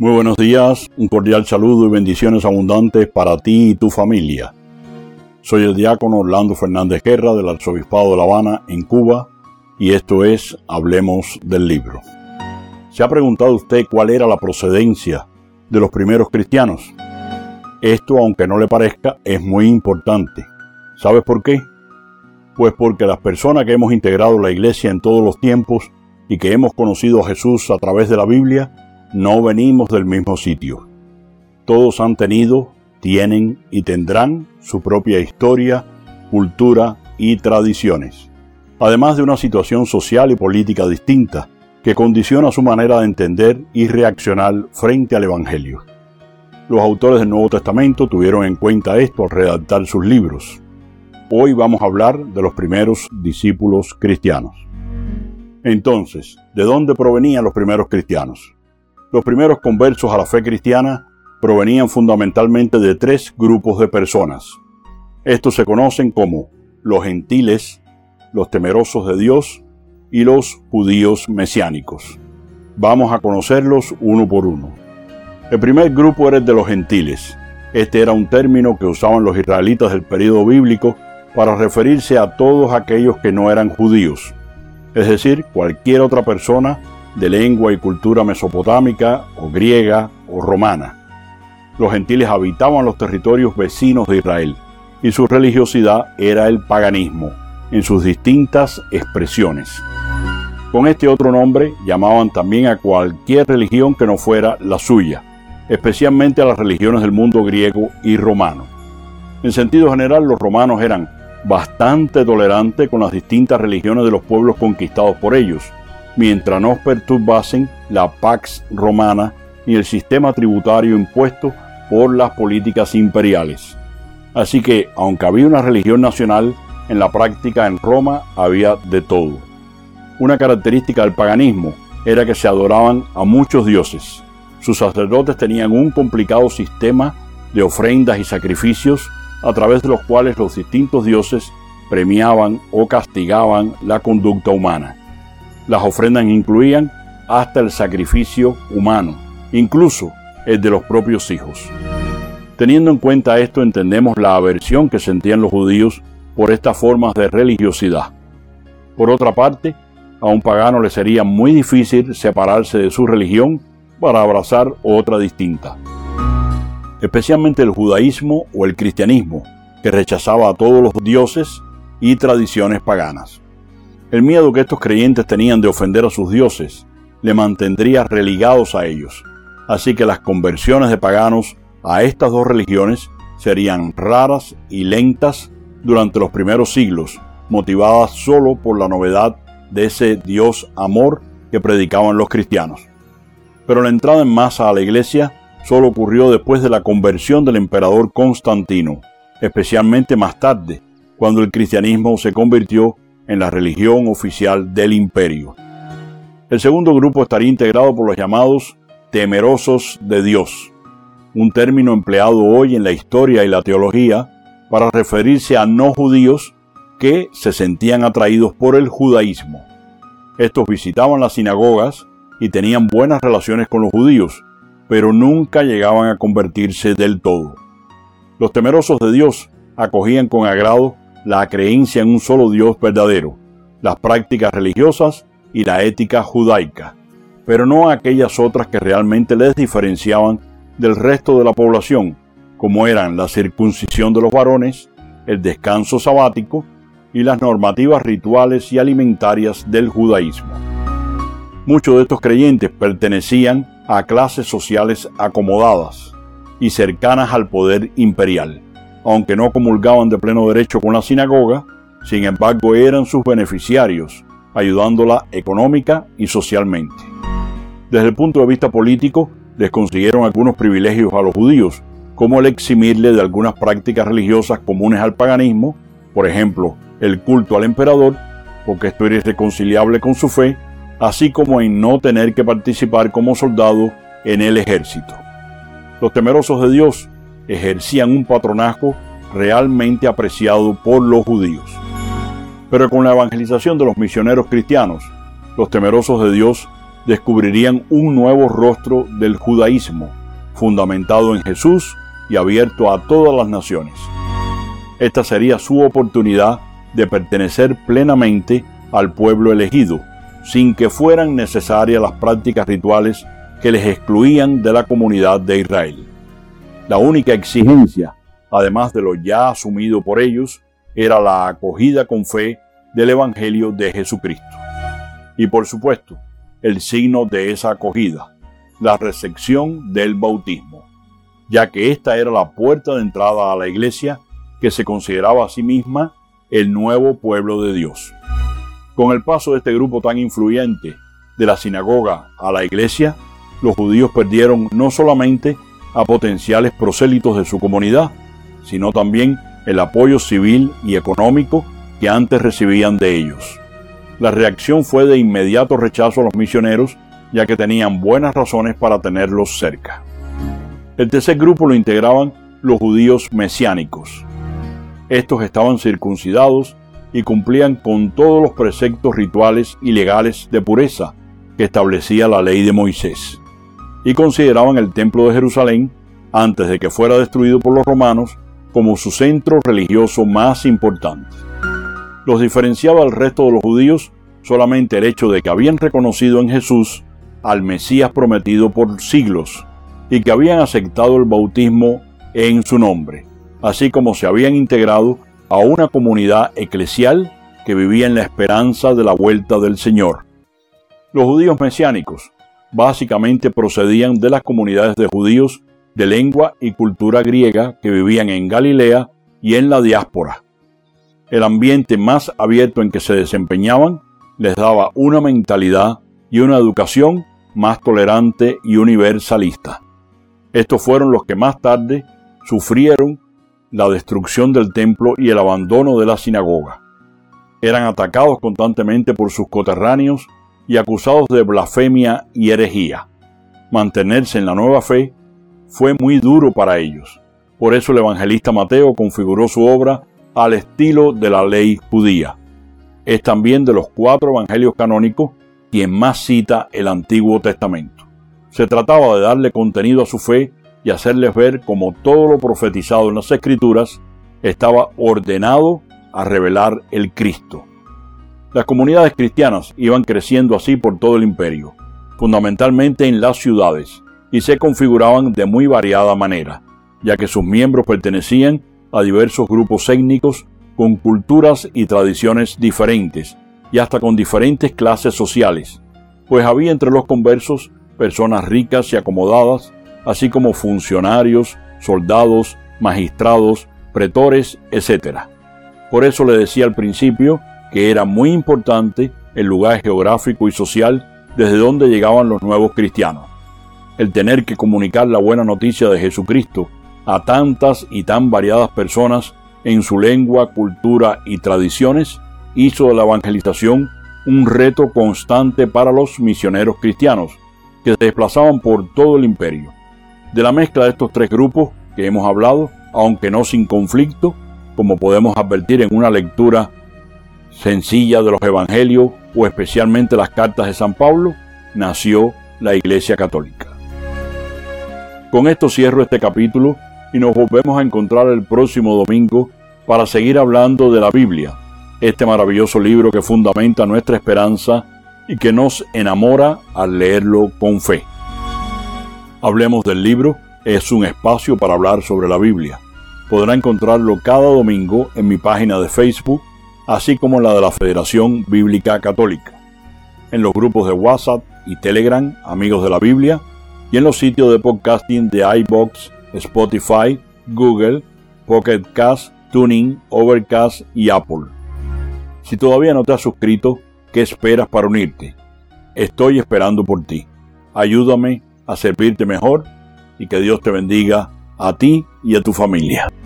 Muy buenos días, un cordial saludo y bendiciones abundantes para ti y tu familia. Soy el diácono Orlando Fernández Guerra del Arzobispado de La Habana, en Cuba, y esto es Hablemos del Libro. ¿Se ha preguntado usted cuál era la procedencia de los primeros cristianos? Esto, aunque no le parezca, es muy importante. ¿Sabes por qué? Pues porque las personas que hemos integrado la Iglesia en todos los tiempos y que hemos conocido a Jesús a través de la Biblia, no venimos del mismo sitio. Todos han tenido, tienen y tendrán su propia historia, cultura y tradiciones, además de una situación social y política distinta que condiciona su manera de entender y reaccionar frente al Evangelio. Los autores del Nuevo Testamento tuvieron en cuenta esto al redactar sus libros. Hoy vamos a hablar de los primeros discípulos cristianos. Entonces, ¿de dónde provenían los primeros cristianos? Los primeros conversos a la fe cristiana provenían fundamentalmente de tres grupos de personas. Estos se conocen como los gentiles, los temerosos de Dios y los judíos mesiánicos. Vamos a conocerlos uno por uno. El primer grupo era el de los gentiles. Este era un término que usaban los israelitas del período bíblico para referirse a todos aquellos que no eran judíos, es decir, cualquier otra persona de lengua y cultura mesopotámica o griega o romana. Los gentiles habitaban los territorios vecinos de Israel y su religiosidad era el paganismo en sus distintas expresiones. Con este otro nombre llamaban también a cualquier religión que no fuera la suya, especialmente a las religiones del mundo griego y romano. En sentido general, los romanos eran bastante tolerantes con las distintas religiones de los pueblos conquistados por ellos, mientras no perturbasen la Pax Romana ni el sistema tributario impuesto por las políticas imperiales. Así que, aunque había una religión nacional, en la práctica en Roma había de todo. Una característica del paganismo era que se adoraban a muchos dioses. Sus sacerdotes tenían un complicado sistema de ofrendas y sacrificios a través de los cuales los distintos dioses premiaban o castigaban la conducta humana. Las ofrendas incluían hasta el sacrificio humano, incluso el de los propios hijos. Teniendo en cuenta esto, entendemos la aversión que sentían los judíos por estas formas de religiosidad. Por otra parte, a un pagano le sería muy difícil separarse de su religión para abrazar otra distinta. Especialmente el judaísmo o el cristianismo, que rechazaba a todos los dioses y tradiciones paganas. El miedo que estos creyentes tenían de ofender a sus dioses le mantendría religados a ellos, así que las conversiones de paganos a estas dos religiones serían raras y lentas durante los primeros siglos, motivadas solo por la novedad de ese Dios amor que predicaban los cristianos. Pero la entrada en masa a la iglesia solo ocurrió después de la conversión del emperador Constantino, especialmente más tarde, cuando el cristianismo se convirtió en la religión oficial del imperio. El segundo grupo estaría integrado por los llamados temerosos de Dios, un término empleado hoy en la historia y la teología para referirse a no judíos que se sentían atraídos por el judaísmo. Estos visitaban las sinagogas y tenían buenas relaciones con los judíos, pero nunca llegaban a convertirse del todo. Los temerosos de Dios acogían con agrado la creencia en un solo Dios verdadero, las prácticas religiosas y la ética judaica, pero no aquellas otras que realmente les diferenciaban del resto de la población, como eran la circuncisión de los varones, el descanso sabático y las normativas rituales y alimentarias del judaísmo. Muchos de estos creyentes pertenecían a clases sociales acomodadas y cercanas al poder imperial. Aunque no comulgaban de pleno derecho con la sinagoga, sin embargo eran sus beneficiarios, ayudándola económica y socialmente. Desde el punto de vista político, les consiguieron algunos privilegios a los judíos, como el eximirle de algunas prácticas religiosas comunes al paganismo, por ejemplo, el culto al emperador, porque esto era irreconciliable con su fe, así como en no tener que participar como soldado en el ejército. Los temerosos de Dios ejercían un patronazgo realmente apreciado por los judíos. Pero con la evangelización de los misioneros cristianos, los temerosos de Dios descubrirían un nuevo rostro del judaísmo, fundamentado en Jesús y abierto a todas las naciones. Esta sería su oportunidad de pertenecer plenamente al pueblo elegido, sin que fueran necesarias las prácticas rituales que les excluían de la comunidad de Israel. La única exigencia, además de lo ya asumido por ellos, era la acogida con fe del Evangelio de Jesucristo. Y por supuesto, el signo de esa acogida, la recepción del bautismo, ya que esta era la puerta de entrada a la iglesia que se consideraba a sí misma el nuevo pueblo de Dios. Con el paso de este grupo tan influyente de la sinagoga a la iglesia, los judíos perdieron no solamente a potenciales prosélitos de su comunidad, sino también el apoyo civil y económico que antes recibían de ellos. La reacción fue de inmediato rechazo a los misioneros, ya que tenían buenas razones para tenerlos cerca. El tercer grupo lo integraban los judíos mesiánicos. Estos estaban circuncidados y cumplían con todos los preceptos rituales y legales de pureza que establecía la ley de Moisés, y consideraban el templo de Jerusalén, antes de que fuera destruido por los romanos, como su centro religioso más importante. Los diferenciaba del resto de los judíos solamente el hecho de que habían reconocido en Jesús al Mesías prometido por siglos y que habían aceptado el bautismo en su nombre, así como se habían integrado a una comunidad eclesial que vivía en la esperanza de la vuelta del Señor. Los judíos mesiánicos básicamente procedían de las comunidades de judíos de lengua y cultura griega que vivían en Galilea y en la diáspora. El ambiente más abierto en que se desempeñaban les daba una mentalidad y una educación más tolerante y universalista. Estos fueron los que más tarde sufrieron la destrucción del templo y el abandono de la sinagoga. Eran atacados constantemente por sus coterráneos y acusados de blasfemia y herejía. Mantenerse en la nueva fe fue muy duro para ellos. Por eso el evangelista Mateo configuró su obra al estilo de la ley judía. Es también de los 4 evangelios canónicos quien más cita el Antiguo Testamento. Se trataba de darle contenido a su fe y hacerles ver cómo todo lo profetizado en las Escrituras estaba ordenado a revelar el Cristo. Las comunidades cristianas iban creciendo así por todo el imperio, fundamentalmente en las ciudades, y se configuraban de muy variada manera, ya que sus miembros pertenecían a diversos grupos étnicos con culturas y tradiciones diferentes, y hasta con diferentes clases sociales, pues había entre los conversos personas ricas y acomodadas, así como funcionarios, soldados, magistrados, pretores, etc. Por eso le decía al principio que era muy importante el lugar geográfico y social desde donde llegaban los nuevos cristianos. El tener que comunicar la buena noticia de Jesucristo a tantas y tan variadas personas en su lengua, cultura y tradiciones hizo de la evangelización un reto constante para los misioneros cristianos que se desplazaban por todo el imperio. De la mezcla de estos 3 grupos que hemos hablado, aunque no sin conflicto, como podemos advertir en una lectura sencilla de los evangelios o especialmente las cartas de San Pablo, nació la Iglesia Católica. Con esto cierro este capítulo y nos volvemos a encontrar el próximo domingo para seguir hablando de la Biblia, este maravilloso libro que fundamenta nuestra esperanza y que nos enamora al leerlo con fe. Hablemos del libro es un espacio para hablar sobre la Biblia. Podrá encontrarlo cada domingo en mi página de Facebook, así como en la de la Federación Bíblica Católica, en los grupos de WhatsApp y Telegram, Amigos de la Biblia, y en los sitios de podcasting de iVoox, Spotify, Google, Pocket Cast, TuneIn, Overcast y Apple. Si todavía no te has suscrito, ¿qué esperas para unirte? Estoy esperando por ti. Ayúdame a servirte mejor y que Dios te bendiga a ti y a tu familia.